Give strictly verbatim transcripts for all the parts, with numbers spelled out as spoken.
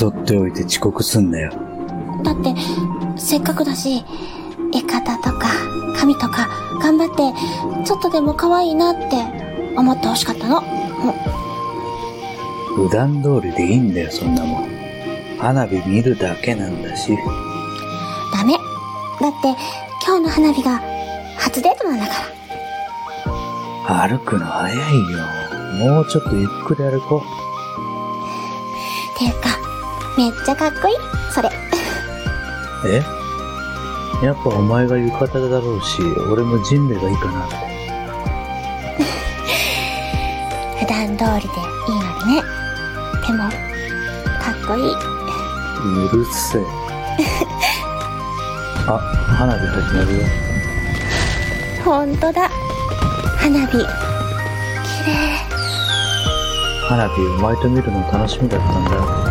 取っておいて遅刻すんだよ。 だってせっかくだし、浴衣とか髪とか頑張ってちょっとでも可愛いなって思ってほしかったの。 普段通りでいいんだよ、そんなもん。花火見るだけなんだし。 ダメ。だって今日の花火が初デートなんだから。 歩くの早いよ。もうちょっとゆっくり歩こう。 ていうかめっちゃかっこいいそれ。 え？やっぱお前が浴衣だろうし、俺もジンベがいいかなって。 普段通りでいいのにね。でもかっこいい。 うるせえ。あ、花火始まるよ。 ほんとだ。花火きれい。 花火お前と見るの楽しみだったんだ。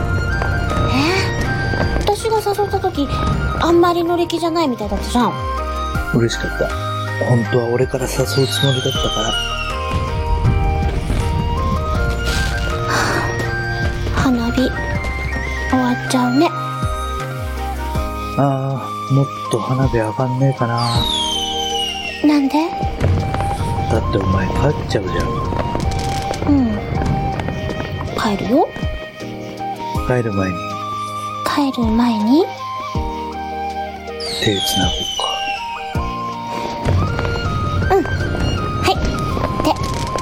え？私が誘った時あんまり乗り気じゃないみたいだったじゃん。 嬉しかった。本当は俺から誘うつもりだったから。 花火終わっちゃうね。 ああ、もっと花火上がんねえかな。 なんで？ だってお前帰っちゃうじゃん。 うん。帰るよ。 帰る前に。 帰る前に？ 手つなごうか。 うん。はい。手。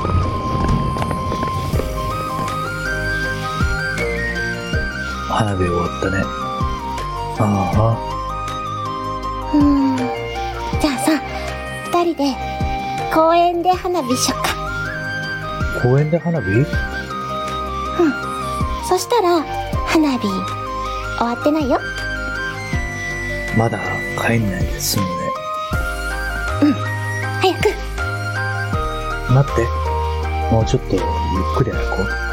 花火終わったね。ああ。うーん。じゃあさ、二人で公園で花火しよっか。 公園で花火？うん。 そしたら花火終わってないよ。 まだ帰んないで済むね。 うん。早く。 待って。もうちょっとゆっくり歩こう。